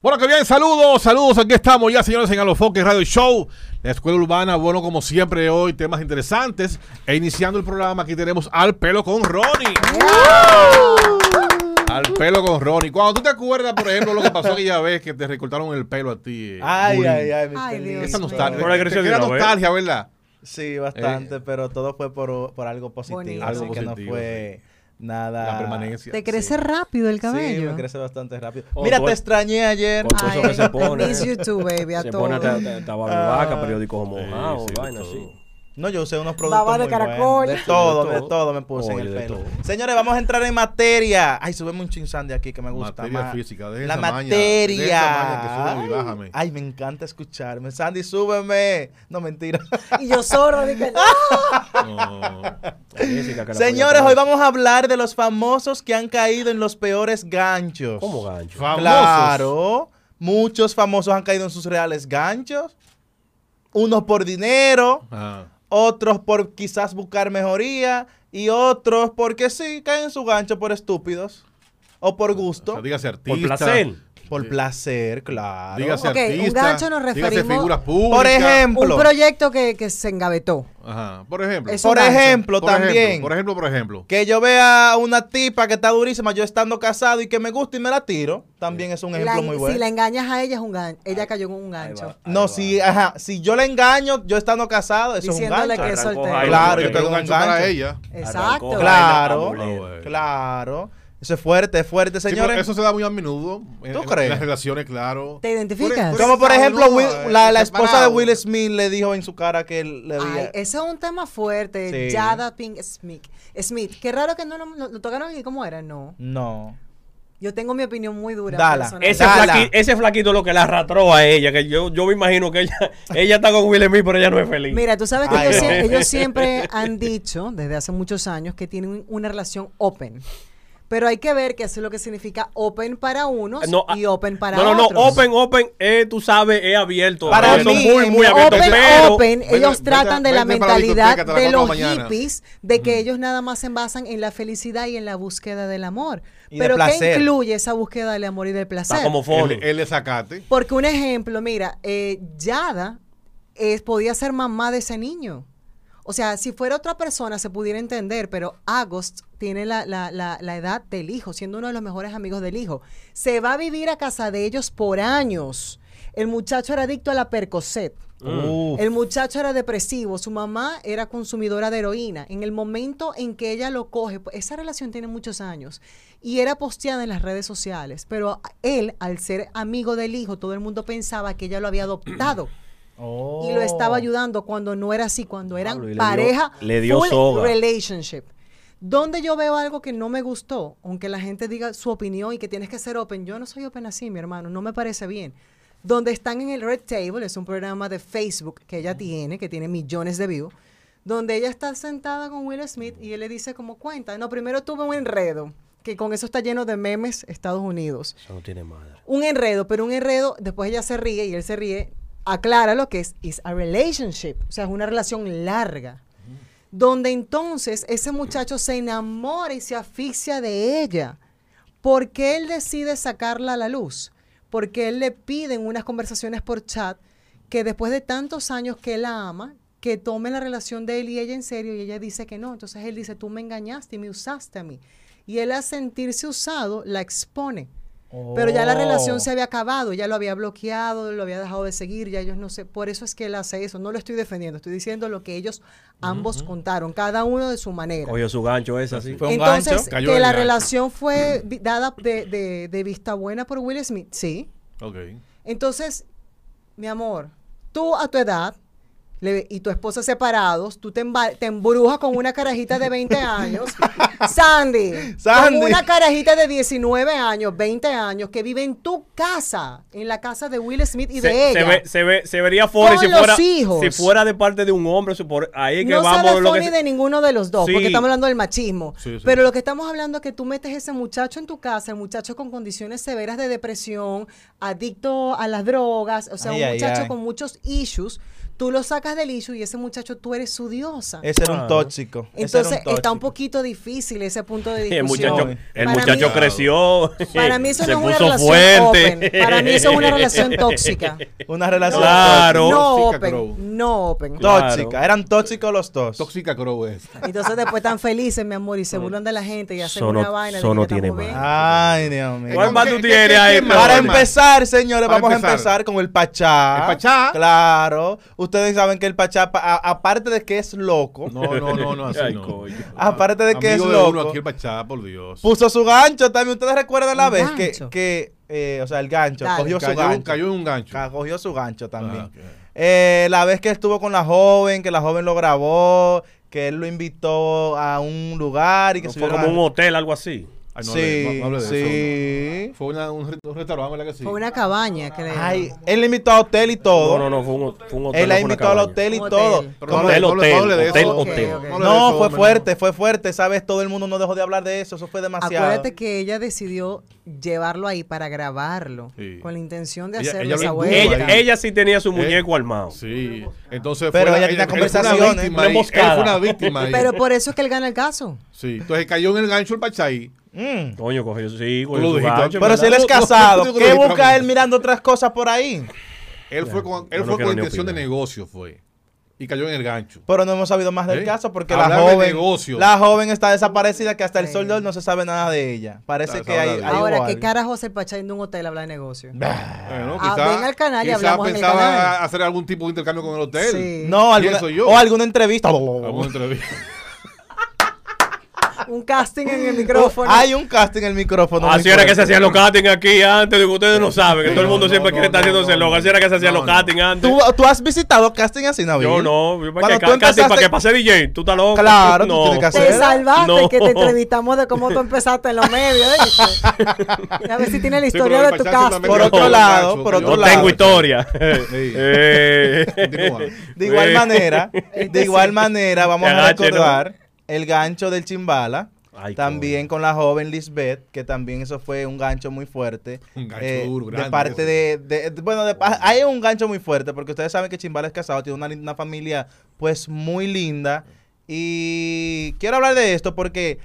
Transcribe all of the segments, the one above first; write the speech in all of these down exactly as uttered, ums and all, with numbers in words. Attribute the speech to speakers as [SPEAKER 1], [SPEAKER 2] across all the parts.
[SPEAKER 1] Bueno, que bien, saludos, saludos, aquí estamos ya, señores, en Alofoque Radio Show, la Escuela Urbana. Bueno, como siempre, hoy temas interesantes. E iniciando el programa, aquí tenemos Al Pelo con Ronnie. ¡Wow! Al Pelo con Ronnie. Cuando tú te acuerdas, por ejemplo, lo que pasó aquella vez que te recortaron el pelo a ti.
[SPEAKER 2] Ay,
[SPEAKER 1] bullying.
[SPEAKER 2] ay, ay,
[SPEAKER 3] ay, Dios
[SPEAKER 1] Esa
[SPEAKER 3] mío.
[SPEAKER 1] nostalgia. Te queda nostalgia, ¿verdad?
[SPEAKER 2] Sí, bastante,
[SPEAKER 1] Eh,
[SPEAKER 2] pero todo fue por, por algo positivo.
[SPEAKER 3] Bonito.
[SPEAKER 2] Así
[SPEAKER 1] Algo
[SPEAKER 2] que
[SPEAKER 1] positivo,
[SPEAKER 2] no fue nada.
[SPEAKER 1] La permanencia.
[SPEAKER 3] Te crece
[SPEAKER 2] Sí.
[SPEAKER 3] rápido el
[SPEAKER 2] Sí,
[SPEAKER 3] cabello.
[SPEAKER 2] me crece bastante rápido.
[SPEAKER 4] Oh,
[SPEAKER 2] Mira,
[SPEAKER 4] tú-
[SPEAKER 2] te extrañé ayer.
[SPEAKER 4] Con todo eso que se pone.
[SPEAKER 3] I miss you too, baby, a
[SPEAKER 4] Se
[SPEAKER 3] todo.
[SPEAKER 4] pone hasta, hasta, hasta vaca,
[SPEAKER 2] Ah.
[SPEAKER 4] periódicos mojados,
[SPEAKER 1] sí, de
[SPEAKER 4] vaina
[SPEAKER 1] todo.
[SPEAKER 4] así.
[SPEAKER 2] No, yo usé unos productos
[SPEAKER 3] Baba de
[SPEAKER 2] muy
[SPEAKER 3] caracol.
[SPEAKER 2] buenos. De todo,
[SPEAKER 4] De
[SPEAKER 2] de
[SPEAKER 4] todo.
[SPEAKER 2] todo me puse
[SPEAKER 4] Oye,
[SPEAKER 2] en el
[SPEAKER 4] de
[SPEAKER 2] pelo.
[SPEAKER 4] todo.
[SPEAKER 2] Señores, vamos a entrar en materia. Ay, súbeme un chinzán de aquí que me gusta
[SPEAKER 1] Materia
[SPEAKER 2] más.
[SPEAKER 1] física, deja
[SPEAKER 2] La
[SPEAKER 1] esa maña,
[SPEAKER 2] materia.
[SPEAKER 1] deja esa maña que sube y
[SPEAKER 2] Ay,
[SPEAKER 1] bájame.
[SPEAKER 2] Ay, me encanta escucharme. Sandy, súbeme. No, mentira.
[SPEAKER 3] Y yo sordo, dije, no.
[SPEAKER 1] No.
[SPEAKER 4] Jessica, que la
[SPEAKER 2] Señores,
[SPEAKER 4] polla
[SPEAKER 2] hoy
[SPEAKER 4] atrás.
[SPEAKER 2] vamos a hablar de los famosos que han caído en los peores ganchos.
[SPEAKER 4] ¿Cómo gancho?
[SPEAKER 1] Famosos.
[SPEAKER 2] Claro. Muchos famosos han caído en sus reales ganchos. Unos por dinero,
[SPEAKER 1] Ajá.
[SPEAKER 2] otros por quizás buscar mejoría y otros porque sí, caen en su gancho por estúpidos o por
[SPEAKER 1] O
[SPEAKER 2] gusto,
[SPEAKER 1] sea, dígase artista.
[SPEAKER 4] Por placer.
[SPEAKER 2] por
[SPEAKER 1] sí.
[SPEAKER 2] placer, claro.
[SPEAKER 1] Dígase
[SPEAKER 3] Ok, un
[SPEAKER 1] artista.
[SPEAKER 3] gancho nos
[SPEAKER 1] dígase
[SPEAKER 3] referimos-
[SPEAKER 1] figuras públicas.
[SPEAKER 2] Por ejemplo,
[SPEAKER 3] Un proyecto que, que se engavetó.
[SPEAKER 1] Ajá. Por ejemplo.
[SPEAKER 3] Eso-
[SPEAKER 2] por
[SPEAKER 3] gancho.
[SPEAKER 2] ejemplo,
[SPEAKER 1] por
[SPEAKER 2] también.
[SPEAKER 1] Ejemplo, por ejemplo, por ejemplo.
[SPEAKER 2] Que yo vea a una tipa que está durísima, yo estando casado y que me gusta y me la tiro, también es un ejemplo
[SPEAKER 3] La-
[SPEAKER 2] muy bueno.
[SPEAKER 3] Si la engañas a ella, es un gancho. Ella cayó en un
[SPEAKER 4] Ahí
[SPEAKER 3] gancho.
[SPEAKER 4] va, ahí
[SPEAKER 2] No,
[SPEAKER 4] va.
[SPEAKER 2] si, ajá, si yo la engaño, yo estando casado, eso
[SPEAKER 3] Diciéndole
[SPEAKER 2] es un
[SPEAKER 3] que
[SPEAKER 2] gancho.
[SPEAKER 3] es
[SPEAKER 4] Arrancó
[SPEAKER 3] soltero.
[SPEAKER 4] Jaime.
[SPEAKER 2] Claro, yo
[SPEAKER 1] Porque es
[SPEAKER 2] tengo
[SPEAKER 1] un
[SPEAKER 2] un
[SPEAKER 1] gancho para
[SPEAKER 2] gancho.
[SPEAKER 1] ella.
[SPEAKER 3] Exacto.
[SPEAKER 4] Arrancó Jaime
[SPEAKER 2] Claro,
[SPEAKER 4] a Mulero.
[SPEAKER 2] claro. Eso es fuerte, es fuerte,
[SPEAKER 1] Sí,
[SPEAKER 2] señores.
[SPEAKER 1] pero eso se da muy a menudo. en-
[SPEAKER 2] ¿Tú
[SPEAKER 1] en,
[SPEAKER 2] crees?
[SPEAKER 1] En las relaciones, claro.
[SPEAKER 3] ¿Te identificas?
[SPEAKER 1] Tú eres- tú
[SPEAKER 2] Como
[SPEAKER 1] eres
[SPEAKER 2] por ejemplo,
[SPEAKER 1] casado,
[SPEAKER 2] Will-
[SPEAKER 1] ¿no?
[SPEAKER 2] la, la
[SPEAKER 1] Eh,
[SPEAKER 2] esposa de
[SPEAKER 1] separado.
[SPEAKER 2] Will Smith le dijo en su cara que él le
[SPEAKER 3] Ay,
[SPEAKER 2] había...
[SPEAKER 3] ese es un tema fuerte.
[SPEAKER 2] Sí.
[SPEAKER 3] Jada Pink Smith. Smith. Qué raro que no lo, lo- lo tocaron aquí. ¿Cómo era? No.
[SPEAKER 2] No.
[SPEAKER 3] Yo tengo mi opinión muy dura.
[SPEAKER 2] Dala.
[SPEAKER 3] personal.
[SPEAKER 4] Ese,
[SPEAKER 2] Dala.
[SPEAKER 4] flaqui- ese flaquito es lo que la arrastró a ella, que yo, yo me imagino que ella, ella está con Will Smith, pero ella no es feliz.
[SPEAKER 3] Mira, tú sabes que
[SPEAKER 2] Ay,
[SPEAKER 3] ellos,
[SPEAKER 2] no.
[SPEAKER 3] sie- ellos siempre han dicho, desde hace muchos años, que tienen una relación open. Pero hay que ver que eso es lo que significa open para unos
[SPEAKER 4] No,
[SPEAKER 3] y open para
[SPEAKER 4] no, no, no,
[SPEAKER 3] otros.
[SPEAKER 4] open, open, eh, tú sabes, es abierto.
[SPEAKER 2] Para
[SPEAKER 4] Ellos
[SPEAKER 2] mí,
[SPEAKER 4] son muy, muy
[SPEAKER 2] en
[SPEAKER 4] abiertos,
[SPEAKER 3] Open,
[SPEAKER 4] pero...
[SPEAKER 3] open,
[SPEAKER 1] Vete-
[SPEAKER 3] ellos
[SPEAKER 1] vete-
[SPEAKER 3] tratan de la
[SPEAKER 1] vete para la
[SPEAKER 3] mentalidad
[SPEAKER 1] discoteca a las
[SPEAKER 3] de
[SPEAKER 1] cuatro
[SPEAKER 3] los
[SPEAKER 1] de la mañana.
[SPEAKER 3] hippies, de que ellos nada más se basan en la felicidad y en la búsqueda del amor.
[SPEAKER 2] Y de
[SPEAKER 3] Pero ¿qué
[SPEAKER 2] placer.
[SPEAKER 3] incluye esa búsqueda del amor y del placer?
[SPEAKER 4] Está como fondo.
[SPEAKER 1] Él, él le sacate.
[SPEAKER 3] Porque un ejemplo, mira, eh, Yada eh, podía ser mamá de ese niño. O sea, si fuera otra persona se pudiera entender, pero August tiene la, la, la, la edad del hijo, siendo uno de los mejores amigos del hijo. Se va a vivir a casa de ellos por años. El muchacho era adicto a la Percocet.
[SPEAKER 2] Uf.
[SPEAKER 3] El muchacho era depresivo, su mamá era consumidora de heroína. En el momento en que ella lo coge, pues, esa relación tiene muchos años y era posteada en las redes sociales, pero él, al ser amigo del hijo, todo el mundo pensaba que ella lo había adoptado
[SPEAKER 2] Oh.
[SPEAKER 3] y lo estaba ayudando cuando no era así, cuando eran
[SPEAKER 4] Pablo, y le
[SPEAKER 3] pareja
[SPEAKER 4] dio- le dio
[SPEAKER 3] full
[SPEAKER 4] soga.
[SPEAKER 3] relationship. Donde yo veo algo que no me gustó, aunque la gente diga su opinión y que tienes que ser open, yo no soy open así, mi hermano, no me parece bien. Donde están en el Red Table, es un programa de Facebook que ella tiene, que tiene millones de views, donde ella está sentada con Will Smith y él le dice como cuenta, no, primero tuve un enredo, que con eso está lleno de memes Estados Unidos.
[SPEAKER 4] Eso no tiene madre.
[SPEAKER 3] Un enredo, pero un enredo, después ella se ríe y él se ríe, aclara lo que es, is a relationship, o sea, es una relación larga, donde entonces ese muchacho se enamora y se asfixia de ella. ¿Por qué él decide sacarla a la luz? Porque él le pide en unas conversaciones por chat que después de tantos años que él la ama, que tome la relación de él y ella en serio, y ella dice que no. Entonces él dice, tú me engañaste y me usaste a mí. Y él, al sentirse usado, la expone. Pero ya la
[SPEAKER 2] Oh.
[SPEAKER 3] relación se había acabado, ya lo había bloqueado, lo había dejado de seguir, ya ellos no sé, por eso es que él hace eso, no lo estoy defendiendo, estoy diciendo lo que ellos ambos contaron, cada uno de su manera.
[SPEAKER 4] Cogió su gancho ese así.
[SPEAKER 2] Fue un
[SPEAKER 3] Entonces,
[SPEAKER 2] gancho.
[SPEAKER 1] Cayó
[SPEAKER 3] que
[SPEAKER 1] del
[SPEAKER 3] la
[SPEAKER 1] gancho.
[SPEAKER 3] relación fue vi- dada de, de- de vista buena por Will Smith, sí.
[SPEAKER 1] Ok.
[SPEAKER 3] Entonces, mi amor, tú a tu edad le- y tu esposa separados, tú te, emba- te embrujas con una carajita de veinte años, Sandy,
[SPEAKER 2] Sandy.
[SPEAKER 3] con una carajita de diecinueve años, veinte años, que vive en tu casa, en la casa de Will Smith y
[SPEAKER 4] se,
[SPEAKER 3] de
[SPEAKER 4] se
[SPEAKER 3] ella.
[SPEAKER 4] ve, se, ve, se vería funny
[SPEAKER 3] Con
[SPEAKER 4] si
[SPEAKER 3] los
[SPEAKER 4] fuera,
[SPEAKER 3] hijos.
[SPEAKER 4] si fuera de parte de un hombre. si por- ahí es que
[SPEAKER 3] No
[SPEAKER 4] vamos
[SPEAKER 3] se ve
[SPEAKER 4] lo que
[SPEAKER 3] funny
[SPEAKER 4] se-
[SPEAKER 3] de ninguno de los dos,
[SPEAKER 4] Sí.
[SPEAKER 3] porque estamos hablando del machismo.
[SPEAKER 1] Sí, sí.
[SPEAKER 3] Pero lo que estamos hablando es que tú metes ese muchacho en tu casa, el muchacho con condiciones severas de depresión, adicto a las drogas, o sea,
[SPEAKER 2] Ay,
[SPEAKER 3] un
[SPEAKER 2] ay,
[SPEAKER 3] muchacho
[SPEAKER 2] ay.
[SPEAKER 3] con muchos issues. Tú lo sacas sacas del issue y ese muchacho tú eres su diosa.
[SPEAKER 2] Ese era un
[SPEAKER 4] Claro.
[SPEAKER 2] tóxico. ese era
[SPEAKER 3] Entonces
[SPEAKER 2] un
[SPEAKER 3] está un
[SPEAKER 2] tóxico.
[SPEAKER 3] poquito difícil ese punto de
[SPEAKER 4] El
[SPEAKER 3] discusión.
[SPEAKER 4] muchacho, el
[SPEAKER 3] Para
[SPEAKER 4] muchacho
[SPEAKER 3] mí-
[SPEAKER 4] creció.
[SPEAKER 3] Para mí eso
[SPEAKER 4] se
[SPEAKER 3] no es una
[SPEAKER 4] puso
[SPEAKER 3] relación
[SPEAKER 4] fuerte.
[SPEAKER 3] open. Para mí eso es una relación tóxica.
[SPEAKER 2] Una relación
[SPEAKER 4] Claro.
[SPEAKER 3] No
[SPEAKER 1] Tóxica, Crow.
[SPEAKER 3] open, no open.
[SPEAKER 4] Claro.
[SPEAKER 2] tóxica. Eran tóxicos los dos.
[SPEAKER 1] Tóxica Crow es.
[SPEAKER 3] Entonces después están felices, mi amor, y se burlan de la gente y hacen
[SPEAKER 4] Eso no-
[SPEAKER 3] una vaina. de
[SPEAKER 4] eso
[SPEAKER 3] que
[SPEAKER 4] no
[SPEAKER 3] estamos
[SPEAKER 4] tiene
[SPEAKER 3] bien.
[SPEAKER 4] más.
[SPEAKER 2] Ay, Dios mío.
[SPEAKER 4] ¿Cuál más
[SPEAKER 1] ¿Qué-
[SPEAKER 4] tú
[SPEAKER 1] qué-
[SPEAKER 4] tienes
[SPEAKER 1] qué-
[SPEAKER 4] ahí?
[SPEAKER 1] qué más?
[SPEAKER 2] Para
[SPEAKER 1] Norma.
[SPEAKER 2] empezar, señores,
[SPEAKER 1] Para
[SPEAKER 2] vamos
[SPEAKER 1] empezar.
[SPEAKER 2] a empezar con el Pachá.
[SPEAKER 1] ¿El Pachá?
[SPEAKER 2] Claro. Ustedes saben que el Pachá, pa- a- aparte de que es loco,
[SPEAKER 1] No, no, no, no, así
[SPEAKER 4] Ay,
[SPEAKER 1] no.
[SPEAKER 4] coño.
[SPEAKER 2] aparte de que
[SPEAKER 1] Amigo
[SPEAKER 2] es
[SPEAKER 1] de
[SPEAKER 2] loco,
[SPEAKER 1] uno aquí el Pachá, por Dios.
[SPEAKER 2] puso su gancho también. ¿Ustedes recuerdan la
[SPEAKER 3] ¿Un
[SPEAKER 2] vez que,
[SPEAKER 3] gancho?
[SPEAKER 2] que eh, o sea, el gancho,
[SPEAKER 3] Dale.
[SPEAKER 2] cogió su
[SPEAKER 1] Cayó,
[SPEAKER 2] gancho?
[SPEAKER 1] cayó en un gancho.
[SPEAKER 2] Ca- Cogió su gancho también.
[SPEAKER 1] Ah, ok.
[SPEAKER 2] Eh, la vez que estuvo con la joven, que la joven lo grabó, que él lo invitó a un lugar y que
[SPEAKER 4] No fue
[SPEAKER 2] subieron
[SPEAKER 4] como
[SPEAKER 2] a-
[SPEAKER 4] un hotel, algo así.
[SPEAKER 1] Ay, no,
[SPEAKER 2] Sí,
[SPEAKER 1] hable, no, no hable de
[SPEAKER 2] sí.
[SPEAKER 1] eso. Fue una- un, re- un restaurante, ¿verdad que sí?
[SPEAKER 3] Fue una cabaña que le
[SPEAKER 2] Ay, él le invitó a hotel y todo.
[SPEAKER 4] No, no, no, fue un, fue un hotel.
[SPEAKER 2] Él
[SPEAKER 4] no
[SPEAKER 2] la
[SPEAKER 4] fue una
[SPEAKER 2] invitó al
[SPEAKER 4] cabaña.
[SPEAKER 2] hotel y
[SPEAKER 3] Un
[SPEAKER 2] todo.
[SPEAKER 3] hotel.
[SPEAKER 1] Pero
[SPEAKER 2] Como-
[SPEAKER 1] no hable-
[SPEAKER 4] Hotel,
[SPEAKER 1] no hable- no hable de
[SPEAKER 4] hotel,
[SPEAKER 1] eso.
[SPEAKER 4] hotel.
[SPEAKER 3] Ok, ok.
[SPEAKER 1] hable de
[SPEAKER 2] No,
[SPEAKER 1] eso,
[SPEAKER 2] fue
[SPEAKER 1] hombre,
[SPEAKER 2] fuerte, fue fuerte, ¿sabes? Todo el mundo no dejó de hablar de eso, eso fue demasiado.
[SPEAKER 3] Acuérdate que ella decidió llevarlo ahí para grabarlo,
[SPEAKER 1] Sí.
[SPEAKER 3] con la intención de
[SPEAKER 1] Ella-
[SPEAKER 3] hacerlo
[SPEAKER 1] ella
[SPEAKER 3] esa
[SPEAKER 1] lo
[SPEAKER 3] vuelta.
[SPEAKER 1] indujo
[SPEAKER 4] Ella,
[SPEAKER 1] ahí.
[SPEAKER 4] ella sí tenía su
[SPEAKER 1] Eh,
[SPEAKER 4] muñeco armado.
[SPEAKER 1] Sí. Entonces
[SPEAKER 2] Pero
[SPEAKER 1] fue
[SPEAKER 2] ella
[SPEAKER 1] la-
[SPEAKER 2] tenía
[SPEAKER 1] él- él fue una
[SPEAKER 2] conversaciones,
[SPEAKER 1] víctima
[SPEAKER 4] una
[SPEAKER 1] ahí. Él
[SPEAKER 4] emboscada.
[SPEAKER 1] fue una víctima ahí.
[SPEAKER 3] Pero por eso es que él gana el caso.
[SPEAKER 1] Sí. Entonces cayó en el gancho el Pachá ahí.
[SPEAKER 2] Mm.
[SPEAKER 4] Coño, cogió, sí,
[SPEAKER 1] Tú
[SPEAKER 4] cogió
[SPEAKER 1] lo
[SPEAKER 4] su
[SPEAKER 1] dijiste.
[SPEAKER 4] gancho,
[SPEAKER 2] Pero
[SPEAKER 4] ¿verdad?
[SPEAKER 2] si él es
[SPEAKER 1] No, no,
[SPEAKER 2] casado,
[SPEAKER 1] no, no,
[SPEAKER 2] ¿qué
[SPEAKER 1] no, no,
[SPEAKER 2] busca
[SPEAKER 1] no.
[SPEAKER 2] él mirando otras cosas por ahí?
[SPEAKER 1] Él fue con, él
[SPEAKER 4] Yo no
[SPEAKER 1] fue
[SPEAKER 4] quiero
[SPEAKER 1] con
[SPEAKER 4] ni
[SPEAKER 1] intención de
[SPEAKER 4] opinar.
[SPEAKER 1] negocio, fue. Y cayó en el gancho.
[SPEAKER 2] Pero no hemos sabido más del
[SPEAKER 1] ¿Eh?
[SPEAKER 2] caso porque
[SPEAKER 1] Hablar
[SPEAKER 2] la
[SPEAKER 1] de
[SPEAKER 2] joven,
[SPEAKER 1] negocio.
[SPEAKER 2] la joven está desaparecida que hasta el
[SPEAKER 3] Sí.
[SPEAKER 2] sol de hoy no se sabe nada de ella. Parece
[SPEAKER 1] Está
[SPEAKER 2] que hay,
[SPEAKER 1] desaparecida.
[SPEAKER 2] hay
[SPEAKER 3] Ahora,
[SPEAKER 2] igual.
[SPEAKER 3] ¿qué carajo hace el Pachá en un hotel a hablar de negocio?
[SPEAKER 1] Bueno,
[SPEAKER 3] Ah, ven al canal y
[SPEAKER 1] quizá
[SPEAKER 3] hablamos en el
[SPEAKER 1] pensaba
[SPEAKER 3] canal.
[SPEAKER 1] hacer algún tipo de intercambio con el hotel.
[SPEAKER 3] Sí.
[SPEAKER 2] No, alguna,
[SPEAKER 1] Pienso yo.
[SPEAKER 2] o alguna entrevista.
[SPEAKER 1] Alguna entrevista.
[SPEAKER 3] Un casting en el micrófono.
[SPEAKER 2] Hay un casting en el micrófono.
[SPEAKER 4] Así
[SPEAKER 2] muy
[SPEAKER 4] era que se
[SPEAKER 2] fuerte.
[SPEAKER 4] hacían los castings aquí antes, de que ustedes no saben, que todo el mundo
[SPEAKER 1] No,
[SPEAKER 4] siempre
[SPEAKER 1] no,
[SPEAKER 4] quiere estar
[SPEAKER 1] no,
[SPEAKER 4] haciéndose
[SPEAKER 1] no,
[SPEAKER 4] loco.
[SPEAKER 1] no.
[SPEAKER 4] Así era que se hacían
[SPEAKER 1] No,
[SPEAKER 4] los
[SPEAKER 1] no.
[SPEAKER 4] castings antes.
[SPEAKER 2] ¿Tú, tú has visitado casting así, Nabil?
[SPEAKER 4] Yo no, yo para
[SPEAKER 2] Cuando
[SPEAKER 4] que
[SPEAKER 2] tú
[SPEAKER 4] ca- casting
[SPEAKER 2] empezaste-
[SPEAKER 4] para que pase D J, tú estás loco.
[SPEAKER 2] Claro, tú
[SPEAKER 4] no.
[SPEAKER 2] tienes que hacer-
[SPEAKER 3] Te salvaste
[SPEAKER 4] No.
[SPEAKER 3] que te entrevistamos de cómo tú empezaste en los medios. ¿Viste? A ver si tiene la
[SPEAKER 1] Sí,
[SPEAKER 3] historia
[SPEAKER 1] pero
[SPEAKER 3] de
[SPEAKER 1] el
[SPEAKER 3] tu
[SPEAKER 1] Pachá
[SPEAKER 3] casting.
[SPEAKER 1] también
[SPEAKER 2] Por
[SPEAKER 1] cayó
[SPEAKER 2] otro
[SPEAKER 1] en el
[SPEAKER 2] lado,
[SPEAKER 1] gancho,
[SPEAKER 2] por
[SPEAKER 1] cayó
[SPEAKER 2] otro
[SPEAKER 1] en
[SPEAKER 4] No
[SPEAKER 1] el
[SPEAKER 2] lado.
[SPEAKER 4] tengo
[SPEAKER 1] gancho.
[SPEAKER 4] historia.
[SPEAKER 1] Sí.
[SPEAKER 4] Eh.
[SPEAKER 1] Continúa.
[SPEAKER 2] De igual
[SPEAKER 4] Eh.
[SPEAKER 2] manera, de igual manera, vamos
[SPEAKER 4] Que
[SPEAKER 2] a
[SPEAKER 4] agache, ¿no?
[SPEAKER 2] recordar el gancho del Chimbala.
[SPEAKER 4] Ay,
[SPEAKER 2] También con la joven Lisbeth, que también eso fue un gancho muy fuerte.
[SPEAKER 1] Un gancho
[SPEAKER 2] eh,
[SPEAKER 1] duro,
[SPEAKER 2] de
[SPEAKER 1] grande
[SPEAKER 2] parte de, de- de- Bueno, de- hay un gancho muy fuerte, porque ustedes saben que Chimbala es casado, tiene una, una familia pues muy linda. Y quiero hablar de esto porque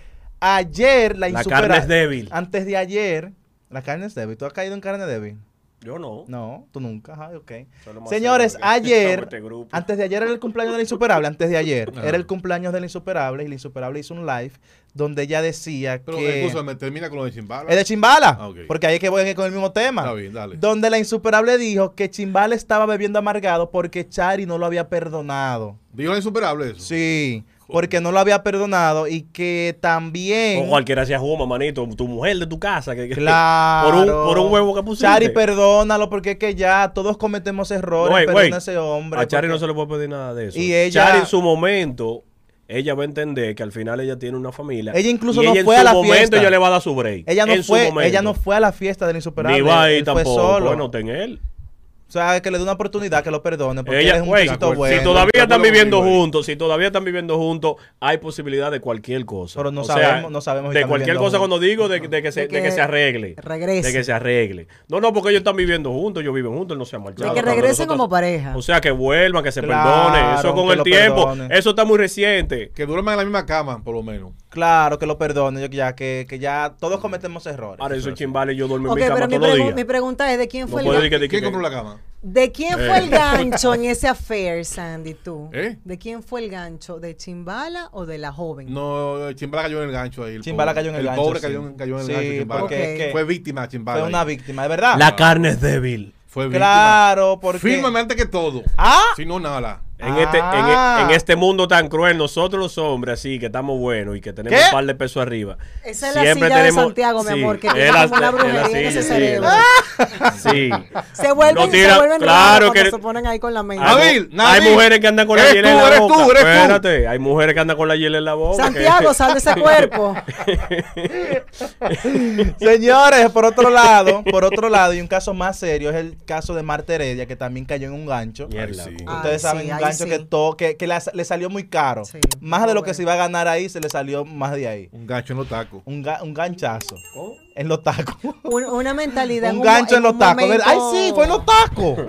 [SPEAKER 2] ayer la
[SPEAKER 4] La
[SPEAKER 2] insuperable...
[SPEAKER 4] carne es débil.
[SPEAKER 2] Antes de ayer, la carne es débil. ¿Tú has caído en carne débil?
[SPEAKER 4] Yo no.
[SPEAKER 2] No, tú nunca. Ajá, ok.
[SPEAKER 4] Eso lo más
[SPEAKER 2] Señores,
[SPEAKER 4] seguro que
[SPEAKER 2] ayer,
[SPEAKER 4] estamos en este grupo.
[SPEAKER 2] antes de ayer era el cumpleaños del Insuperable, antes de ayer,
[SPEAKER 1] Ajá.
[SPEAKER 2] era el cumpleaños del Insuperable y el Insuperable hizo un live donde ella decía
[SPEAKER 1] Pero
[SPEAKER 2] que...
[SPEAKER 1] escúchame, termina con lo de Chimbala.
[SPEAKER 2] Es de Chimbala,
[SPEAKER 1] Ah, ok.
[SPEAKER 2] porque ahí es que voy con el mismo tema.
[SPEAKER 1] Está bien, dale.
[SPEAKER 2] Donde la Insuperable dijo que Chimbala estaba bebiendo amargado porque Chari no lo había perdonado.
[SPEAKER 1] Dijo la insuperable eso.
[SPEAKER 2] Sí, porque no lo había perdonado y que también...
[SPEAKER 4] O cualquiera se ajuma, manito. Tu mujer de tu casa. Que, que-
[SPEAKER 2] Claro.
[SPEAKER 4] Por un, por un huevo que pusiste.
[SPEAKER 2] Chari, perdónalo porque es que ya todos cometemos errores.
[SPEAKER 4] No, ey,
[SPEAKER 2] perdona
[SPEAKER 4] güey,
[SPEAKER 2] a ese hombre.
[SPEAKER 4] A Chari
[SPEAKER 2] porque-
[SPEAKER 4] no se le puede pedir nada de eso.
[SPEAKER 2] Y ella-
[SPEAKER 4] Chari en su momento, ella va a entender que al final ella tiene una familia.
[SPEAKER 2] Ella incluso
[SPEAKER 4] y
[SPEAKER 2] no
[SPEAKER 4] ella
[SPEAKER 2] fue
[SPEAKER 4] en
[SPEAKER 2] a
[SPEAKER 4] su
[SPEAKER 2] la
[SPEAKER 4] momento
[SPEAKER 2] fiesta.
[SPEAKER 4] ella le va a dar su break.
[SPEAKER 2] Ella no
[SPEAKER 4] En su
[SPEAKER 2] fue,
[SPEAKER 4] momento.
[SPEAKER 2] ella no fue a la fiesta del Insuperable.
[SPEAKER 4] Ni va ahí
[SPEAKER 2] él fue
[SPEAKER 4] tampoco.
[SPEAKER 2] solo.
[SPEAKER 4] Bueno, ten él.
[SPEAKER 2] O sea, que le dé una oportunidad, que lo perdone, porque él
[SPEAKER 4] Ella,
[SPEAKER 2] es un
[SPEAKER 4] güey,
[SPEAKER 2] muchachito
[SPEAKER 1] si
[SPEAKER 2] bueno.
[SPEAKER 4] si todavía
[SPEAKER 1] De
[SPEAKER 4] están
[SPEAKER 1] acuerdo
[SPEAKER 4] viviendo
[SPEAKER 1] conmigo ahí.
[SPEAKER 4] juntos, si todavía están viviendo juntos, hay posibilidad de cualquier cosa.
[SPEAKER 2] Pero no
[SPEAKER 4] O
[SPEAKER 2] sabemos-
[SPEAKER 4] sea,
[SPEAKER 2] no sabemos si
[SPEAKER 4] de
[SPEAKER 2] están
[SPEAKER 4] cualquier
[SPEAKER 2] viviendo
[SPEAKER 4] cosa
[SPEAKER 2] juntos.
[SPEAKER 4] cuando digo de, de que se,
[SPEAKER 3] De
[SPEAKER 4] de que
[SPEAKER 3] que
[SPEAKER 4] se arregle.
[SPEAKER 3] regrese.
[SPEAKER 4] De que se arregle. No, no, porque ellos están viviendo juntos, ellos viven juntos, él no se han marchado.
[SPEAKER 3] De que
[SPEAKER 4] Cuando
[SPEAKER 3] regresen
[SPEAKER 4] nosotros-
[SPEAKER 3] como pareja.
[SPEAKER 4] O sea, que vuelvan, que se
[SPEAKER 2] Claro,
[SPEAKER 4] perdonen. Eso con
[SPEAKER 2] que
[SPEAKER 4] el
[SPEAKER 2] lo
[SPEAKER 4] tiempo,
[SPEAKER 2] perdonen.
[SPEAKER 4] eso está muy reciente.
[SPEAKER 1] Que duerman en la misma cama, por lo menos.
[SPEAKER 2] Claro, que lo perdone, yo que ya, que, que ya todos cometemos errores.
[SPEAKER 4] Ahora, eso es chimbales, yo duermo en
[SPEAKER 3] Ok,
[SPEAKER 4] mi cama
[SPEAKER 3] pero mi,
[SPEAKER 4] todos los
[SPEAKER 3] pregu-
[SPEAKER 4] días.
[SPEAKER 3] mi pregunta es, ¿de quién
[SPEAKER 4] No
[SPEAKER 3] fue,
[SPEAKER 4] puedo
[SPEAKER 3] el,
[SPEAKER 4] decir
[SPEAKER 3] ga-
[SPEAKER 4] que-
[SPEAKER 1] ¿Quién
[SPEAKER 4] que-
[SPEAKER 1] compró la cama?
[SPEAKER 3] ¿de quién fue el gancho en ese affair, Sandy, tú?
[SPEAKER 1] ¿Eh?
[SPEAKER 3] ¿De quién fue el gancho? ¿De Chimbala o de la joven?
[SPEAKER 1] No, Chimbala cayó en el gancho ahí. el
[SPEAKER 2] Chimbala
[SPEAKER 1] pobre.
[SPEAKER 2] cayó en el, gancho.
[SPEAKER 1] pobre
[SPEAKER 2] sí.
[SPEAKER 1] cayó, en- cayó en el
[SPEAKER 2] Sí,
[SPEAKER 1] gancho. Chimbala.
[SPEAKER 2] porque
[SPEAKER 3] Ok.
[SPEAKER 2] es que
[SPEAKER 1] Fue víctima Chimbala.
[SPEAKER 2] fue una
[SPEAKER 1] ahí.
[SPEAKER 2] víctima, de verdad.
[SPEAKER 4] La carne es débil.
[SPEAKER 1] Fue víctima.
[SPEAKER 2] Claro, porque...
[SPEAKER 1] Fírmame antes que todo.
[SPEAKER 2] Ah,
[SPEAKER 1] Si no, nada.
[SPEAKER 4] En, este, en,
[SPEAKER 2] Ah.
[SPEAKER 4] e- en este mundo tan cruel, nosotros los hombres, así que estamos buenos y que tenemos
[SPEAKER 2] ¿Qué?
[SPEAKER 4] un par de pesos arriba.
[SPEAKER 3] Esa es la silla de Santiago, mi amor, que tiene
[SPEAKER 4] es la-
[SPEAKER 3] como una
[SPEAKER 4] es la
[SPEAKER 3] brujería en
[SPEAKER 4] silla,
[SPEAKER 3] ese
[SPEAKER 4] sí,
[SPEAKER 3] cerebro.
[SPEAKER 4] Sí.
[SPEAKER 3] Se vuelven,
[SPEAKER 4] No tira-
[SPEAKER 3] se vuelven
[SPEAKER 4] claro
[SPEAKER 3] raros cuando
[SPEAKER 4] que-
[SPEAKER 3] se ponen ahí con la mente.
[SPEAKER 1] Ah,
[SPEAKER 4] Hay,
[SPEAKER 1] Nabil,
[SPEAKER 4] mu- hay
[SPEAKER 1] Nabil.
[SPEAKER 4] mujeres que andan con la
[SPEAKER 1] Eres
[SPEAKER 4] hiela
[SPEAKER 1] tú,
[SPEAKER 4] en la
[SPEAKER 1] eres
[SPEAKER 4] boca.
[SPEAKER 1] tú, eres tú.
[SPEAKER 4] Espérate, hay mujeres que andan con la hiela en la boca.
[SPEAKER 3] Santiago, sal de ese cuerpo.
[SPEAKER 2] señores, por otro lado, por otro lado, y un caso más serio es el caso de Marta Heredia, que también cayó en un gancho.
[SPEAKER 4] Mierda.
[SPEAKER 1] Ay, sí.
[SPEAKER 3] Ah,
[SPEAKER 2] Ustedes
[SPEAKER 3] Ay,
[SPEAKER 2] saben,
[SPEAKER 3] sí,
[SPEAKER 2] un
[SPEAKER 3] ahí
[SPEAKER 2] gancho
[SPEAKER 3] sí.
[SPEAKER 2] que, to- que, que la- le salió muy caro.
[SPEAKER 3] Sí,
[SPEAKER 2] Más de lo que
[SPEAKER 3] bueno.
[SPEAKER 2] se iba a ganar ahí, se le salió más de ahí.
[SPEAKER 1] Un gancho en los tacos.
[SPEAKER 2] Un, ga- un ganchazo. En los tacos.
[SPEAKER 3] Un- una mentalidad.
[SPEAKER 2] un
[SPEAKER 3] en
[SPEAKER 2] gancho en,
[SPEAKER 3] un
[SPEAKER 2] los tacos.
[SPEAKER 3] momento-
[SPEAKER 2] Ay, sí, fue en los tacos.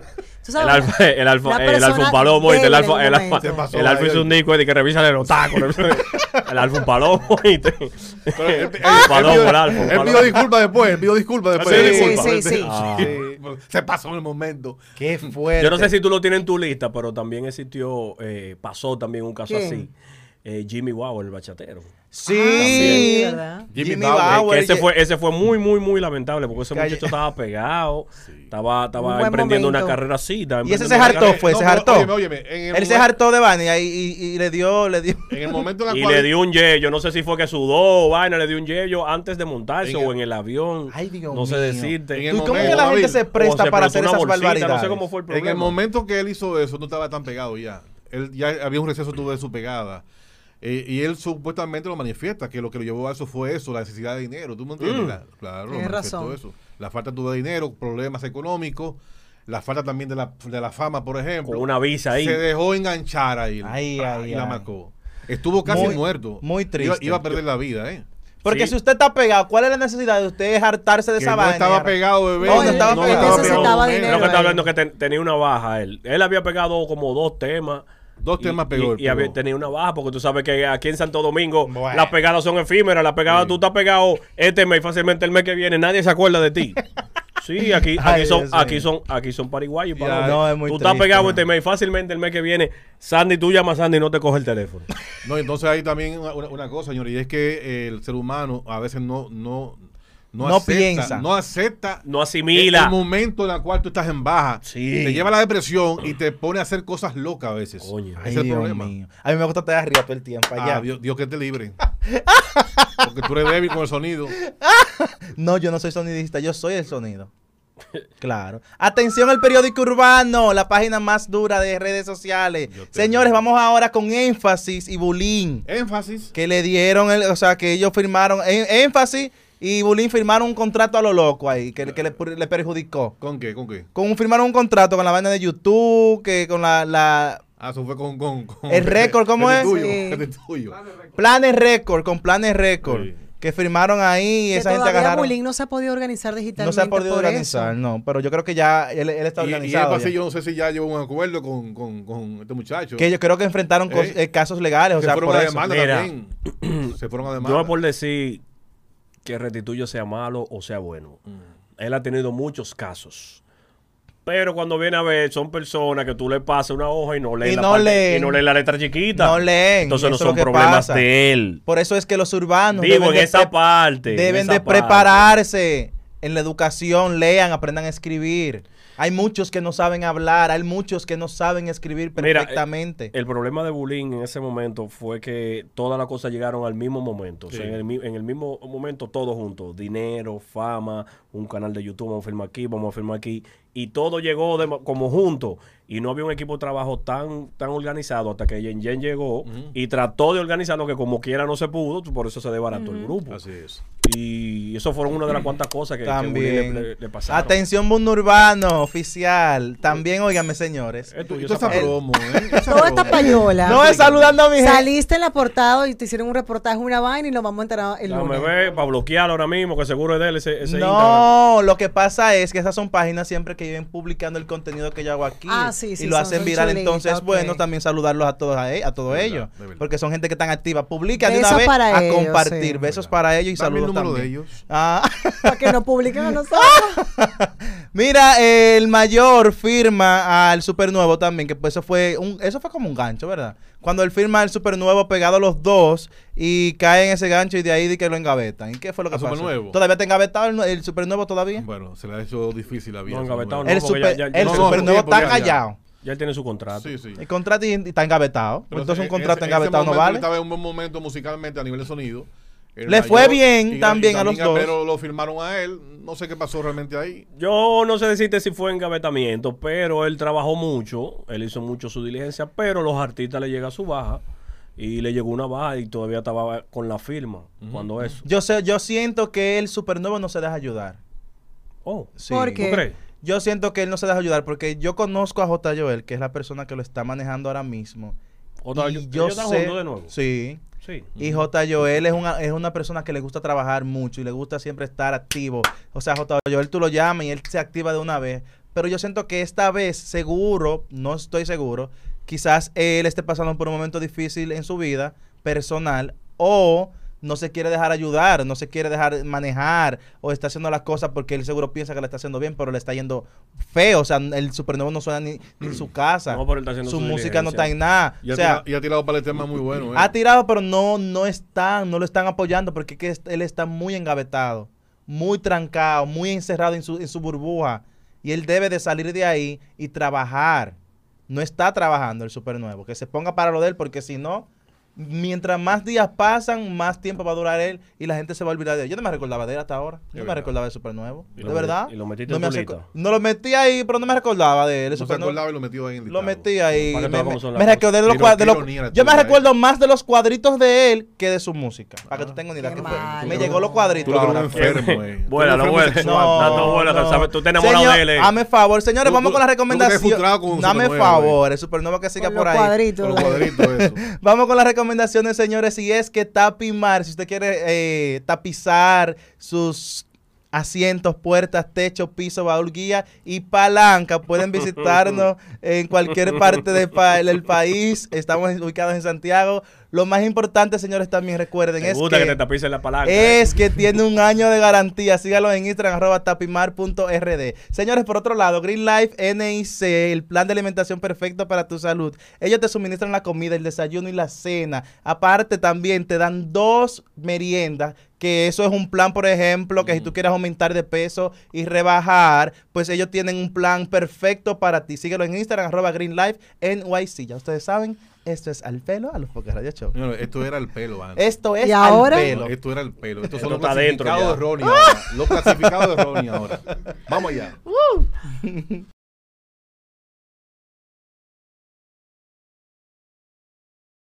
[SPEAKER 3] Tú
[SPEAKER 4] El
[SPEAKER 3] sabes,
[SPEAKER 4] alfa, el alfa,
[SPEAKER 3] una
[SPEAKER 4] el alfa
[SPEAKER 3] persona
[SPEAKER 4] un palomo, ¿oíste? El
[SPEAKER 3] débil
[SPEAKER 4] alfa,
[SPEAKER 3] en
[SPEAKER 4] el
[SPEAKER 3] un
[SPEAKER 4] alfa,
[SPEAKER 3] momento.
[SPEAKER 1] Se pasó
[SPEAKER 4] el alfa
[SPEAKER 1] ahí.
[SPEAKER 4] hizo un disco de que revisa los tacos. El alfa un palomo, ¿oíste?
[SPEAKER 1] Pero él- él-
[SPEAKER 4] Un
[SPEAKER 1] él
[SPEAKER 4] palomo,
[SPEAKER 1] pidió-
[SPEAKER 4] el alfa, un
[SPEAKER 1] Él
[SPEAKER 4] palomo.
[SPEAKER 1] pidió disculpas después, él pidió disculpas después.
[SPEAKER 2] Sí,
[SPEAKER 1] de
[SPEAKER 2] sí,
[SPEAKER 1] disculpas.
[SPEAKER 3] sí, sí.
[SPEAKER 4] Ah.
[SPEAKER 1] Se pasó en el momento.
[SPEAKER 2] Qué fuerte.
[SPEAKER 4] Yo no sé si tú lo tienes en tu lista, pero también existió, eh, pasó también un caso
[SPEAKER 3] ¿Quién?
[SPEAKER 4] así. Eh, Jimmy Bauer, el bachatero.
[SPEAKER 2] Sí,
[SPEAKER 3] sí, ¿verdad?
[SPEAKER 2] Jimmy,
[SPEAKER 1] Jimmy
[SPEAKER 2] Bauer.
[SPEAKER 1] Bauer.
[SPEAKER 4] Que
[SPEAKER 2] Bauer,
[SPEAKER 4] ese
[SPEAKER 2] ye-
[SPEAKER 4] fue, ese fue muy, muy, muy lamentable porque ese
[SPEAKER 2] Calle-
[SPEAKER 4] muchacho estaba pegado, estaba,
[SPEAKER 3] Un
[SPEAKER 4] estaba
[SPEAKER 3] buen
[SPEAKER 4] emprendiendo una
[SPEAKER 3] momento.
[SPEAKER 4] carrera así. estaba
[SPEAKER 2] Y ese
[SPEAKER 4] emprendiendo
[SPEAKER 2] se
[SPEAKER 4] una
[SPEAKER 2] hartó,
[SPEAKER 4] carrera-
[SPEAKER 2] fue,
[SPEAKER 1] No,
[SPEAKER 2] se
[SPEAKER 1] pero,
[SPEAKER 2] hartó.
[SPEAKER 1] óyeme, óyeme, en el
[SPEAKER 2] Él se
[SPEAKER 1] momento-
[SPEAKER 2] hartó de Bunny y, y, y le dio, le dio.
[SPEAKER 1] En el momento en el
[SPEAKER 4] Y
[SPEAKER 1] cual
[SPEAKER 4] le dio un yello, no sé si fue que sudó o vaina, le dio un yello antes de montarse
[SPEAKER 1] En el-
[SPEAKER 4] o en el avión.
[SPEAKER 2] Ay, Dios
[SPEAKER 4] no sé
[SPEAKER 2] mío.
[SPEAKER 4] decirte.
[SPEAKER 1] En el
[SPEAKER 2] ¿Y cómo
[SPEAKER 1] momento,
[SPEAKER 2] que la gente
[SPEAKER 1] David,
[SPEAKER 2] se
[SPEAKER 4] O
[SPEAKER 2] presta
[SPEAKER 4] se
[SPEAKER 2] para
[SPEAKER 4] explotó
[SPEAKER 2] hacer
[SPEAKER 4] una
[SPEAKER 2] esas
[SPEAKER 4] bolsita,
[SPEAKER 2] barbaridades?
[SPEAKER 4] No sé cómo fue el problema.
[SPEAKER 1] En el momento que él hizo eso, no estaba tan pegado ya. Él ya había un receso tuvo de su pegada. Eh, y él supuestamente lo manifiesta, que lo que lo llevó a eso fue eso, la necesidad de dinero. ¿Tú me entiendes?
[SPEAKER 4] Mm.
[SPEAKER 1] La- claro,
[SPEAKER 3] Tienes
[SPEAKER 1] manifestó
[SPEAKER 3] razón.
[SPEAKER 1] eso. La falta tuvo de dinero, problemas económicos, la falta también de la, de la fama, por ejemplo.
[SPEAKER 4] Con una visa ahí.
[SPEAKER 1] Se dejó enganchar ahí.
[SPEAKER 2] Ay,
[SPEAKER 1] ¡Pah!
[SPEAKER 2] ay,
[SPEAKER 1] y la
[SPEAKER 2] ay.
[SPEAKER 1] marcó. Estuvo casi
[SPEAKER 2] Muy-
[SPEAKER 1] muerto.
[SPEAKER 2] muy
[SPEAKER 1] Iba,
[SPEAKER 2] triste.
[SPEAKER 1] iba a perder la vida, ¿eh?
[SPEAKER 2] Porque
[SPEAKER 4] Sí.
[SPEAKER 2] si usted está pegado, ¿cuál es la necesidad de usted hartarse de
[SPEAKER 1] Que
[SPEAKER 2] esa
[SPEAKER 1] no
[SPEAKER 2] vaina?
[SPEAKER 1] estaba pegado, bebé.
[SPEAKER 2] No, no estaba pegado.
[SPEAKER 1] estaba
[SPEAKER 3] Necesitaba
[SPEAKER 1] bebé.
[SPEAKER 3] dinero.
[SPEAKER 4] Creo que está
[SPEAKER 3] ahí.
[SPEAKER 4] hablando que ten- tenía una baja él. Él había pegado como dos temas.
[SPEAKER 1] Dos
[SPEAKER 4] Y-
[SPEAKER 1] temas pegó.
[SPEAKER 4] Y, y había tenido una baja, porque tú sabes que aquí en Santo Domingo
[SPEAKER 2] Bueno.
[SPEAKER 4] las pegadas son efímeras. Las pegadas,
[SPEAKER 1] Sí.
[SPEAKER 4] tú estás pegado este mes, fácilmente el mes que viene, nadie se acuerda de ti. Sí, aquí,
[SPEAKER 2] Ay,
[SPEAKER 4] aquí son,
[SPEAKER 2] Dios mío.
[SPEAKER 4] aquí son, aquí son pariguayos.
[SPEAKER 1] Ya,
[SPEAKER 4] para
[SPEAKER 2] no, es muy
[SPEAKER 4] tú estás
[SPEAKER 2] triste,
[SPEAKER 4] pegado
[SPEAKER 2] ¿no?
[SPEAKER 4] este mes, fácilmente el mes que viene, Sandy, tú llamas a Sandy y no te coge el teléfono.
[SPEAKER 1] No, entonces hay también una, una- una cosa, señor, y es que eh, el ser humano a veces no, no, no,
[SPEAKER 2] No
[SPEAKER 1] acepta,
[SPEAKER 2] piensa.
[SPEAKER 1] no acepta
[SPEAKER 4] No
[SPEAKER 1] el,
[SPEAKER 4] asimila.
[SPEAKER 1] el momento en el cual tú estás en baja.
[SPEAKER 4] Sí.
[SPEAKER 1] Te lleva a la depresión y te pone a hacer cosas locas a veces.
[SPEAKER 4] Coño.
[SPEAKER 1] Ese
[SPEAKER 2] Ay,
[SPEAKER 1] es el
[SPEAKER 2] Dios
[SPEAKER 1] problema.
[SPEAKER 2] mío. A mí me gusta estar arriba todo el tiempo allá.
[SPEAKER 1] Ah, Dios, Dios que te libre. Porque tú eres débil con el sonido.
[SPEAKER 2] No, yo no soy sonidista, yo soy el sonido. Claro. Atención al periódico urbano, la página más dura de redes sociales.
[SPEAKER 1] Yo te
[SPEAKER 2] Señores,
[SPEAKER 1] digo.
[SPEAKER 2] vamos ahora con Énfasis y Bulín.
[SPEAKER 1] Énfasis.
[SPEAKER 2] Que le dieron, el, o sea, que ellos firmaron, en- Énfasis y Bulín firmaron un contrato a lo loco ahí, que, que le, le perjudicó.
[SPEAKER 1] ¿Con qué? ¿Con qué?
[SPEAKER 2] Con, firmaron un contrato con la vaina de YouTube, que con la, la
[SPEAKER 1] Ah, eso fue con... con, con
[SPEAKER 2] El récord, ¿cómo
[SPEAKER 1] el
[SPEAKER 2] es?
[SPEAKER 1] Tuyo,
[SPEAKER 3] Sí.
[SPEAKER 1] el tuyo.
[SPEAKER 2] Planes Record, con Planes Record,
[SPEAKER 1] Sí.
[SPEAKER 2] que firmaron ahí y
[SPEAKER 3] Que
[SPEAKER 2] esa gente
[SPEAKER 3] todavía
[SPEAKER 2] agarraron.
[SPEAKER 3] Bulín no se ha podido organizar digitalmente.
[SPEAKER 2] No se ha podido
[SPEAKER 3] por
[SPEAKER 2] organizar,
[SPEAKER 3] eso.
[SPEAKER 2] no, pero yo creo que ya él, él está
[SPEAKER 1] Y, y
[SPEAKER 2] organizado.
[SPEAKER 1] Énfasis,
[SPEAKER 2] ya.
[SPEAKER 1] yo no sé si ya llevó un acuerdo con, con, con este muchacho.
[SPEAKER 2] Que yo creo que enfrentaron cos-
[SPEAKER 1] Eh.
[SPEAKER 2] eh, casos legales, o
[SPEAKER 1] Se
[SPEAKER 2] sea,
[SPEAKER 1] fueron
[SPEAKER 2] por
[SPEAKER 1] a
[SPEAKER 2] eso.
[SPEAKER 1] demanda
[SPEAKER 4] Mira.
[SPEAKER 1] también. Se fueron a demanda.
[SPEAKER 4] Yo no por decir que Restituyo sea malo o sea bueno. Él ha tenido muchos casos. Pero cuando viene a ver, son personas que tú le pasas una hoja y no leen,
[SPEAKER 2] Y
[SPEAKER 4] la,
[SPEAKER 2] no
[SPEAKER 4] parte-
[SPEAKER 2] leen.
[SPEAKER 4] y no leen la letra chiquita.
[SPEAKER 2] No leen,
[SPEAKER 4] Entonces no
[SPEAKER 2] eso es lo
[SPEAKER 4] son
[SPEAKER 2] que
[SPEAKER 4] problemas
[SPEAKER 2] pasa.
[SPEAKER 4] de él.
[SPEAKER 2] Por eso es que los urbanos
[SPEAKER 4] Digo,
[SPEAKER 2] deben
[SPEAKER 4] en
[SPEAKER 2] de
[SPEAKER 4] esa
[SPEAKER 2] pre-
[SPEAKER 4] parte. en
[SPEAKER 2] deben
[SPEAKER 4] esa
[SPEAKER 2] de
[SPEAKER 4] parte.
[SPEAKER 2] prepararse en la educación, lean, aprendan a escribir. Hay muchos que no saben hablar, hay muchos que no saben escribir
[SPEAKER 4] Mira,
[SPEAKER 2] perfectamente.
[SPEAKER 4] El problema de Bulín en ese momento fue que todas las cosas llegaron al mismo momento. O sea,
[SPEAKER 1] Sí.
[SPEAKER 4] en, el, mi- en el mismo momento, todo junto. Dinero, fama, un canal de YouTube, vamos a filmar aquí, vamos a filmar aquí. Y todo llegó de- como junto. Y no había un equipo de trabajo tan, tan organizado hasta que Yen Yen llegó
[SPEAKER 1] Ujú.
[SPEAKER 4] y trató de organizarlo, que como quiera no se pudo, por eso se desbarató el grupo.
[SPEAKER 1] Así es.
[SPEAKER 4] Y eso fueron una de las cuantas cosas que, que
[SPEAKER 2] También.
[SPEAKER 4] Bulín le, le- le pasaron.
[SPEAKER 2] Atención, mundo urbano, oficial. También, óigame, señores.
[SPEAKER 4] Es tuyo
[SPEAKER 1] Toda
[SPEAKER 4] esa
[SPEAKER 1] esa
[SPEAKER 4] parte.
[SPEAKER 1] promo, ¿eh? Esa
[SPEAKER 3] Toda esta
[SPEAKER 1] promo.
[SPEAKER 3] payola.
[SPEAKER 2] No es saludando a mi gente.
[SPEAKER 3] Saliste en la portada y te hicieron un reportaje, una vaina y nos vamos a enterar el
[SPEAKER 4] Déjame
[SPEAKER 3] lunes.
[SPEAKER 4] ver, para bloquearlo ahora mismo, que seguro es de él ese, ese Instagram.
[SPEAKER 2] No, lo que pasa es que esas son páginas siempre que viven publicando el contenido que yo hago aquí
[SPEAKER 3] Ah, sí, sí,
[SPEAKER 2] y lo
[SPEAKER 3] son-
[SPEAKER 2] hacen
[SPEAKER 3] son
[SPEAKER 2] viral.
[SPEAKER 3] chulitas,
[SPEAKER 2] Entonces,
[SPEAKER 3] ok.
[SPEAKER 2] bueno, también saludarlos a todos a, e- a todos
[SPEAKER 1] De verdad,
[SPEAKER 2] ellos,
[SPEAKER 1] de verdad.
[SPEAKER 2] porque son gente que están activa. Publican de
[SPEAKER 3] Besos
[SPEAKER 2] una vez
[SPEAKER 3] para
[SPEAKER 2] a
[SPEAKER 3] ellos,
[SPEAKER 2] compartir.
[SPEAKER 3] sí.
[SPEAKER 2] Besos
[SPEAKER 1] De verdad.
[SPEAKER 2] para ellos y
[SPEAKER 1] Dame el
[SPEAKER 2] saludos
[SPEAKER 1] número
[SPEAKER 2] también.
[SPEAKER 1] de ellos.
[SPEAKER 2] Ah,
[SPEAKER 3] Para que nos publiquen a nosotros.
[SPEAKER 2] mira, el mayor firma al supernuevo también, que pues eso fue un, eso fue como un gancho, ¿verdad? Cuando él firma al supernuevo pegado a los dos y cae en ese gancho y de ahí di que lo engavetan. ¿Y qué fue lo que
[SPEAKER 1] ¿Al
[SPEAKER 2] pasó?
[SPEAKER 1] Supernuevo?
[SPEAKER 2] ¿Todavía está engavetado el, el supernuevo todavía?
[SPEAKER 1] Bueno, se le ha hecho difícil la vida.
[SPEAKER 4] No, engavetado
[SPEAKER 2] el
[SPEAKER 4] no, porque
[SPEAKER 2] super-
[SPEAKER 4] ya- ya-
[SPEAKER 2] el
[SPEAKER 4] no,
[SPEAKER 1] no,
[SPEAKER 2] supernuevo
[SPEAKER 1] tiempo,
[SPEAKER 2] está
[SPEAKER 1] ya, ya.
[SPEAKER 2] callado.
[SPEAKER 4] Ya él tiene su contrato.
[SPEAKER 1] Sí, sí.
[SPEAKER 2] El contrato y, y está engavetado.
[SPEAKER 1] Pero
[SPEAKER 2] Entonces un
[SPEAKER 1] en
[SPEAKER 2] contrato
[SPEAKER 1] ese- en ese
[SPEAKER 2] engavetado no
[SPEAKER 1] momento
[SPEAKER 2] vale.
[SPEAKER 1] Estaba en un buen momento musicalmente a nivel de sonido. El
[SPEAKER 2] Le fue bien
[SPEAKER 1] y-
[SPEAKER 2] también
[SPEAKER 1] y
[SPEAKER 2] a los dos.
[SPEAKER 1] Pero lo firmaron a él. No sé qué pasó realmente ahí.
[SPEAKER 4] Yo no sé decirte si fue engavetamiento, pero él trabajó mucho, él hizo mucho su diligencia, pero los artistas le llega su baja y le llegó una baja y todavía estaba con la firma cuando eso.
[SPEAKER 2] Yo sé, yo siento que el supernuevo no se deja ayudar.
[SPEAKER 4] Oh,
[SPEAKER 2] Sí.
[SPEAKER 3] ¿Por
[SPEAKER 4] ¿tú
[SPEAKER 3] qué?
[SPEAKER 4] crees?
[SPEAKER 2] Yo siento que él no se deja ayudar porque yo conozco a J. Joel, que es la persona que lo está manejando ahora mismo.
[SPEAKER 4] Otra-
[SPEAKER 2] y
[SPEAKER 4] ellos
[SPEAKER 2] yo
[SPEAKER 4] están
[SPEAKER 2] sé,
[SPEAKER 4] juntos de nuevo.
[SPEAKER 2] sí.
[SPEAKER 4] Sí.
[SPEAKER 2] Y J. Joel es una, es una persona que le gusta trabajar mucho y le gusta siempre estar activo. O sea, J. Joel tú lo llamas y él se activa de una vez pero yo siento que esta vez, seguro, no estoy seguro, quizás él esté pasando por un momento difícil en su vida personal o no se quiere dejar ayudar, no se quiere dejar manejar o está haciendo las cosas porque él seguro piensa que le está haciendo bien, pero le está yendo feo. O sea, el Supernuevo no suena ni, ni en su casa.
[SPEAKER 4] No, pero él está haciendo
[SPEAKER 2] su,
[SPEAKER 4] su
[SPEAKER 2] música no está
[SPEAKER 4] diligencia.
[SPEAKER 2] en nada.
[SPEAKER 1] Y ha,
[SPEAKER 2] O sea,
[SPEAKER 1] tirado, y ha tirado para el tema muy bueno. ¿eh?
[SPEAKER 2] ha tirado, pero no, no están, no lo están apoyando porque es que est- él está muy engavetado, muy trancado, muy encerrado en su, en su burbuja. Y él debe de salir de ahí y trabajar. No está trabajando el Supernuevo. Que se ponga para lo de él porque si no, mientras más días pasan, más tiempo va a durar él y la gente se va a olvidar de él. Yo no me recordaba de él hasta ahora. Yo no me
[SPEAKER 1] verdad.
[SPEAKER 2] recordaba del Supernuevo.
[SPEAKER 4] Y
[SPEAKER 2] De
[SPEAKER 4] lo-
[SPEAKER 2] verdad.
[SPEAKER 4] y lo metiste
[SPEAKER 2] no
[SPEAKER 4] en
[SPEAKER 2] me
[SPEAKER 4] tu
[SPEAKER 2] hace-
[SPEAKER 4] lista.
[SPEAKER 2] No lo metí ahí, pero no me recordaba de él. el
[SPEAKER 1] No se
[SPEAKER 2] Supernuevo.
[SPEAKER 1] acordaba y lo metió ahí en el
[SPEAKER 2] Lo
[SPEAKER 1] listado.
[SPEAKER 2] metí ahí.
[SPEAKER 4] Para que
[SPEAKER 2] Me,
[SPEAKER 4] veas
[SPEAKER 2] me-
[SPEAKER 4] cómo son las
[SPEAKER 2] me recuerdo de los
[SPEAKER 1] cosas.
[SPEAKER 2] cuad- de los-
[SPEAKER 1] Qué ironía la
[SPEAKER 2] yo me
[SPEAKER 1] tuya, ¿eh?
[SPEAKER 2] recuerdo más de los cuadritos de él que de su música. Para que tú tengas una idea.
[SPEAKER 3] Qué
[SPEAKER 2] que fue.
[SPEAKER 3] malo.
[SPEAKER 2] Me llegó los cuadritos
[SPEAKER 1] Tú lo que eres
[SPEAKER 2] ahora.
[SPEAKER 1] un
[SPEAKER 2] fue.
[SPEAKER 1] enfermo, eh.
[SPEAKER 4] Vuela,
[SPEAKER 1] Tú eres
[SPEAKER 4] no
[SPEAKER 1] un
[SPEAKER 4] vuela.
[SPEAKER 1] enfermo
[SPEAKER 2] No,
[SPEAKER 4] Tanto
[SPEAKER 1] sexual.
[SPEAKER 4] vuela,
[SPEAKER 2] no.
[SPEAKER 4] sabes, tú te enamoras
[SPEAKER 2] Señor,
[SPEAKER 4] de él, eh.
[SPEAKER 2] Hazme favor, señores,
[SPEAKER 1] Tú-
[SPEAKER 2] vamos
[SPEAKER 1] tú-
[SPEAKER 2] con la
[SPEAKER 1] tú que te
[SPEAKER 2] recomendación.
[SPEAKER 1] frustrado con un
[SPEAKER 2] Dame
[SPEAKER 1] Supernuevo,
[SPEAKER 2] favor, el Supernuevo que siga
[SPEAKER 3] Con
[SPEAKER 2] por
[SPEAKER 3] los
[SPEAKER 2] ahí.
[SPEAKER 3] cuadritos.
[SPEAKER 1] Con los cuadritos, eso.
[SPEAKER 2] Vamos con las recomendaciones, señores, y es que Tapimar, si usted quiere eh, tapizar sus asientos, puertas, techo, piso, baúl, guía y palanca, pueden visitarnos en cualquier parte de pa- del país. Estamos ubicados en Santiago. Lo más importante, señores, también recuerden
[SPEAKER 4] Me
[SPEAKER 2] es
[SPEAKER 4] gusta que,
[SPEAKER 2] que
[SPEAKER 4] te tapicen la palanca. eh.
[SPEAKER 2] es que tiene un año de garantía. Sígalo en Instagram, arroba tapimar punto r d. Señores, por otro lado, Green Life N I C, el plan de alimentación perfecto para tu salud. Ellos te suministran la comida, el desayuno y la cena. Aparte, también te dan dos meriendas, que eso es un plan, por ejemplo, que si tú quieres aumentar de peso y rebajar, pues ellos tienen un plan perfecto para ti. Síguelo en Instagram, arroba Green Life N Y C. Ya ustedes saben, esto es Al Pelo, a los Foques Radio Show.
[SPEAKER 1] Señores, esto era el pelo antes.
[SPEAKER 2] Esto es
[SPEAKER 3] ¿Y
[SPEAKER 2] Al
[SPEAKER 3] ahora?
[SPEAKER 2] Pelo.
[SPEAKER 1] Esto era el pelo. Estos
[SPEAKER 4] Esto
[SPEAKER 1] son los
[SPEAKER 4] está dentro
[SPEAKER 1] clasificados
[SPEAKER 4] ya.
[SPEAKER 1] de Ronnie ahora. Los clasificados de Ronnie ahora. Vamos allá.